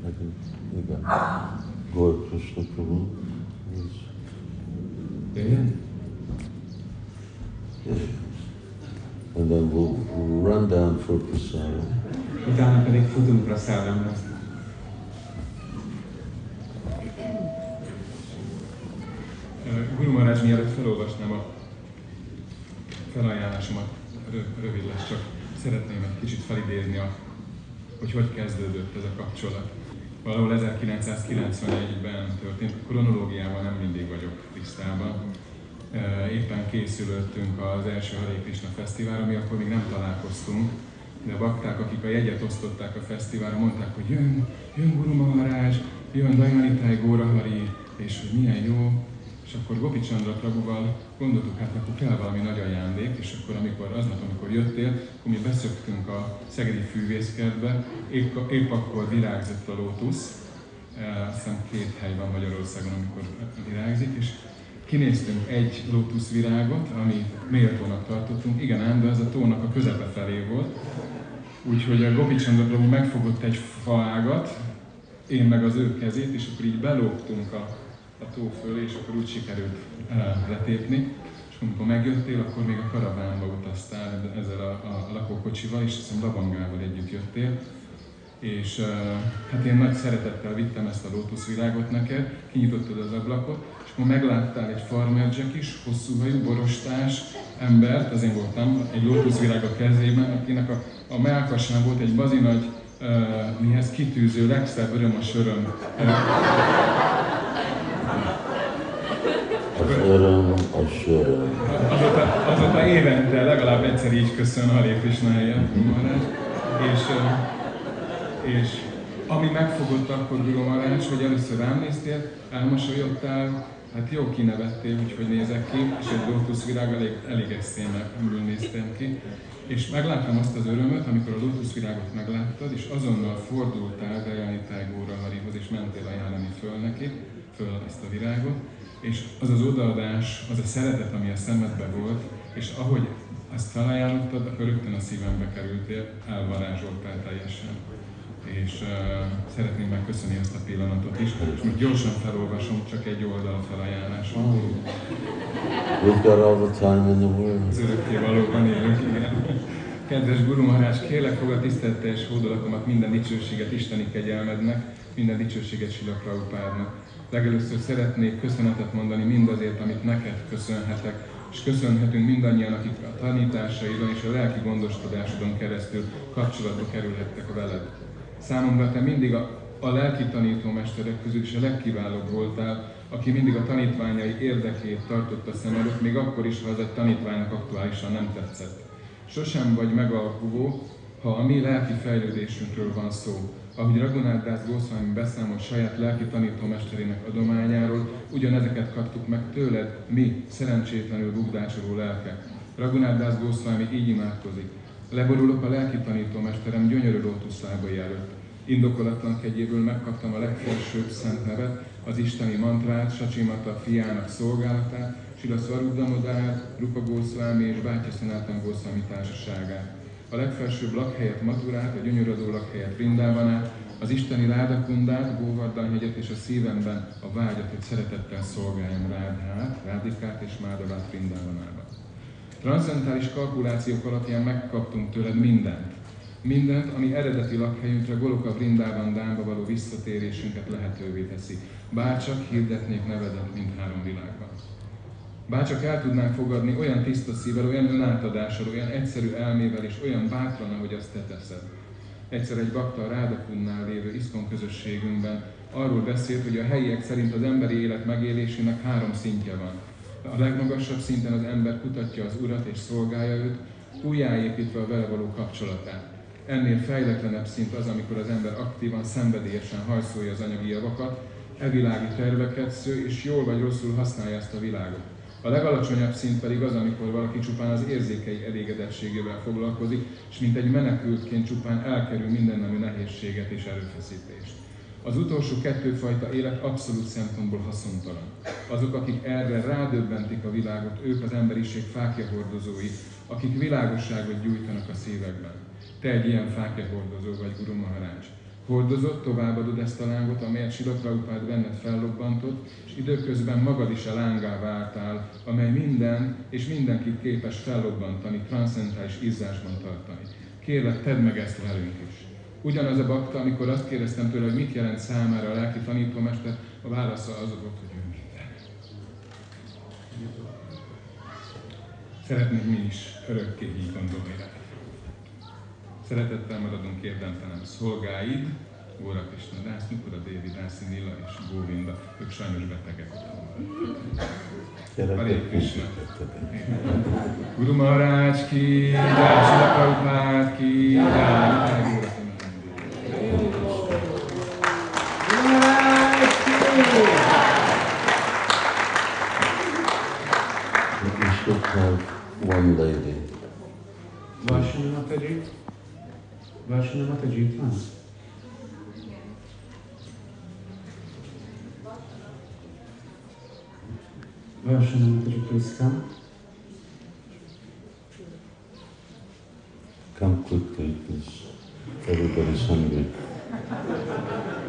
Nekünk, igen. Gaur Krishna Prabhu. Jöjjön? Yeah. And then we'll run down for prasadam. Utána pedig futunk prasadamra. Guru Maharaj, mielőtt felolvasnám a felajánlásomat, rövid lesz, csak szeretném egy kicsit felidézni, hogy kezdődött ez a kapcsolat. Valahol 1991-ben történt, a kronológiával nem mindig vagyok tisztában. Éppen készülöttünk az első Hare Krishna fesztiválra, mi akkor még nem találkoztunk, de a bakták, akik a jegyet osztották a fesztiválra, mondták, hogy jön Guru Maharaj, jön Dayanitai Gaurahari, és hogy milyen jó. És akkor Gopi Chandra Prabhuval gondoltuk, hát akkor kell valami nagy ajándék, és akkor aznap, amikor jöttél, akkor mi beszöktünk a szegedi fűvészkertbe, épp akkor virágzott a lótusz, azt hiszem 2 hely van Magyarországon, amikor virágzik, és kinéztünk egy lótuszvirágot, ami méltónak tartottunk, igen ám, de az a tónak a közepe felé volt, úgyhogy a Gopi Chandra Prabhu megfogott egy faágat, én meg az ő kezét, és akkor így belógtunk a tó fölé, és akkor úgy sikerült letépni. És amikor megjöttél, akkor még a karavánba utaztál ezzel a lakókocsival, és azt hiszem Labangával együtt jöttél. És hát én nagy szeretettel vittem ezt a lótuszvirágot neked, kinyitottad az ablakot, és akkor megláttál egy farmer jack is, hosszúhajú, borostás embert, az én voltam, egy lótuszvirág a kezében, akinek a mellkasán volt egy bazinagy, mihez kitűző legszebb öröm a söröm. Az öröm, a söröm. Azóta évente legalább egyszer így köszön Hare Krishna helyen, és ami megfogott akkor Guru Maharaj, hogy először rám néztél, elmosolyodtál, hát jó kinevettél, úgyhogy nézek ki, és egy lótuszvirág elég extrémül néztem ki. És megláttam azt az örömöt, amikor a lótuszvirágot megláttad, és azonnal fordultál Dayanitai Gauraharihoz, és mentél ajánlani föl ezt a virágot. És az az odaadás, az a szeretet, ami a szemedben volt, és ahogy azt felajánlottad, akkor rögtön a szívembe kerültél, elvarázsoltál teljesen. És szeretném megköszönni ezt a pillanatot is, és most gyorsan felolvasom, csak egy oldal felajánlásom. We've got all the time in the world. Az örökké valóban élünk, igen. Kedves Guru Maharaj, kérlek fogad tiszteletteljes hódolatomat, minden dicsőséget Isteni kegyelmednek, minden dicsőséget Srila Prabhupádnak. Legelőször szeretnék köszönetet mondani mindazért, amit neked köszönhetek, és köszönhetünk mindannyian, akik a tanításaidon és a lelki gondoskodásodon keresztül kapcsolatba kerülhettek veled. Számomra te mindig a lelki tanítómesterek közül is a legkiválóbb voltál, aki mindig a tanítványai érdekét tartotta szem előtt, még akkor is, ha az egy tanítványnak aktuálisan nem tetszett. Sosem vagy megalkuvó, ha a mi lelki fejlődésünkről van szó. Ahogy Raghunath Das Goswami beszámolt saját lelki tanítómesterének adományáról, ugyanezeket kaptuk meg tőled, mi, szerencsétlenül bugdácsoló lelkek. Raghunath Das Goswami így imádkozik. Leborulok a lelki tanítómesterem gyönyörű lótuszlábai előtt. Indokolatlan kegyéből megkaptam a legfelsőbb szent nevet, az isteni mantrát, Sacsimata fiának szolgálatát, Srila Swarup Damodar, Rupa Goswami és Bhakti Sanatana Goswami társaságát. A legfelsőbb lakhelyet Mathurát, a gyönyörödő lakhelyet Vrindavanát, az isteni Rádakundát, Góvardhan hegyet és a szívemben a vágyat, hogy szeretettel szolgáljam Rádhát, Rádikát és Mádavát Vrindavanában. Transzentális kalkulációk alapján megkaptunk tőled mindent. Mindent, ami eredeti lakhelyünkre, Goloka Vrindavan Dhámba való visszatérésünket lehetővé teszi. Bárcsak hirdetnék nevedet mindhárom világban. Bárcsak el tudnánk fogadni olyan tiszta szívvel, olyan önátadással, olyan egyszerű elmével és olyan bátran, ahogy azt te teszed. Egyszer egy bakta a Rádakunnál lévő iszkon közösségünkben arról beszélt, hogy a helyiek szerint az emberi élet megélésének 3 szintje van. A legmagasabb szinten az ember kutatja az Urat és szolgálja őt, újjáépítve a vele való kapcsolatát. Ennél fejletlenebb szint az, amikor az ember aktívan, szenvedélyesen hajszolja az anyagi javakat, evilági terveket sző, és jól vagy rosszul használja ezt a világot. A legalacsonyabb szint pedig az, amikor valaki csupán az érzékei elégedettségével foglalkozik, és mint egy menekültként csupán elkerül mindennemű nehézséget és erőfeszítést. Az utolsó 2 fajta élet abszolút szempontból haszontalan. Azok, akik erre rádöbbentik a világot, ők az emberiség fáklyahordozói, akik világosságot gyújtanak a szívekben. Te egy ilyen fáklyahordozó vagy, Guru Maharaj. Hordozott, továbbadod ezt a lángot, amelyet Srila Prabhupád benned fellobbantott, és időközben magad is a lángá váltál, amely minden és mindenkit képes fellobbantani, transzcentális izzásban tartani. Kérlek, tedd meg ezt velünk is. Ugyanaz a bakta, amikor azt kérdeztem tőle, hogy mit jelent számára a lelki tanítómester, a válasza az volt, hogy ő minden. Szeretnénk mi is örökké így gondolni rá. Szeretettel maradunk érdemtelen szolgáid, Góra Krishna Dász, Nukura Dévi Dászi, Nila és Góvinda. Ők sajnos betegek otthon. Hare Krishna. Guru Maharaj ki, Jai Srila Prabhupád ki, Jai Góra We should have one lady. Varsana Mataji? Varsana Mataji itt van? Varsana Mataji, please come. Come quickly, because everybody's hungry.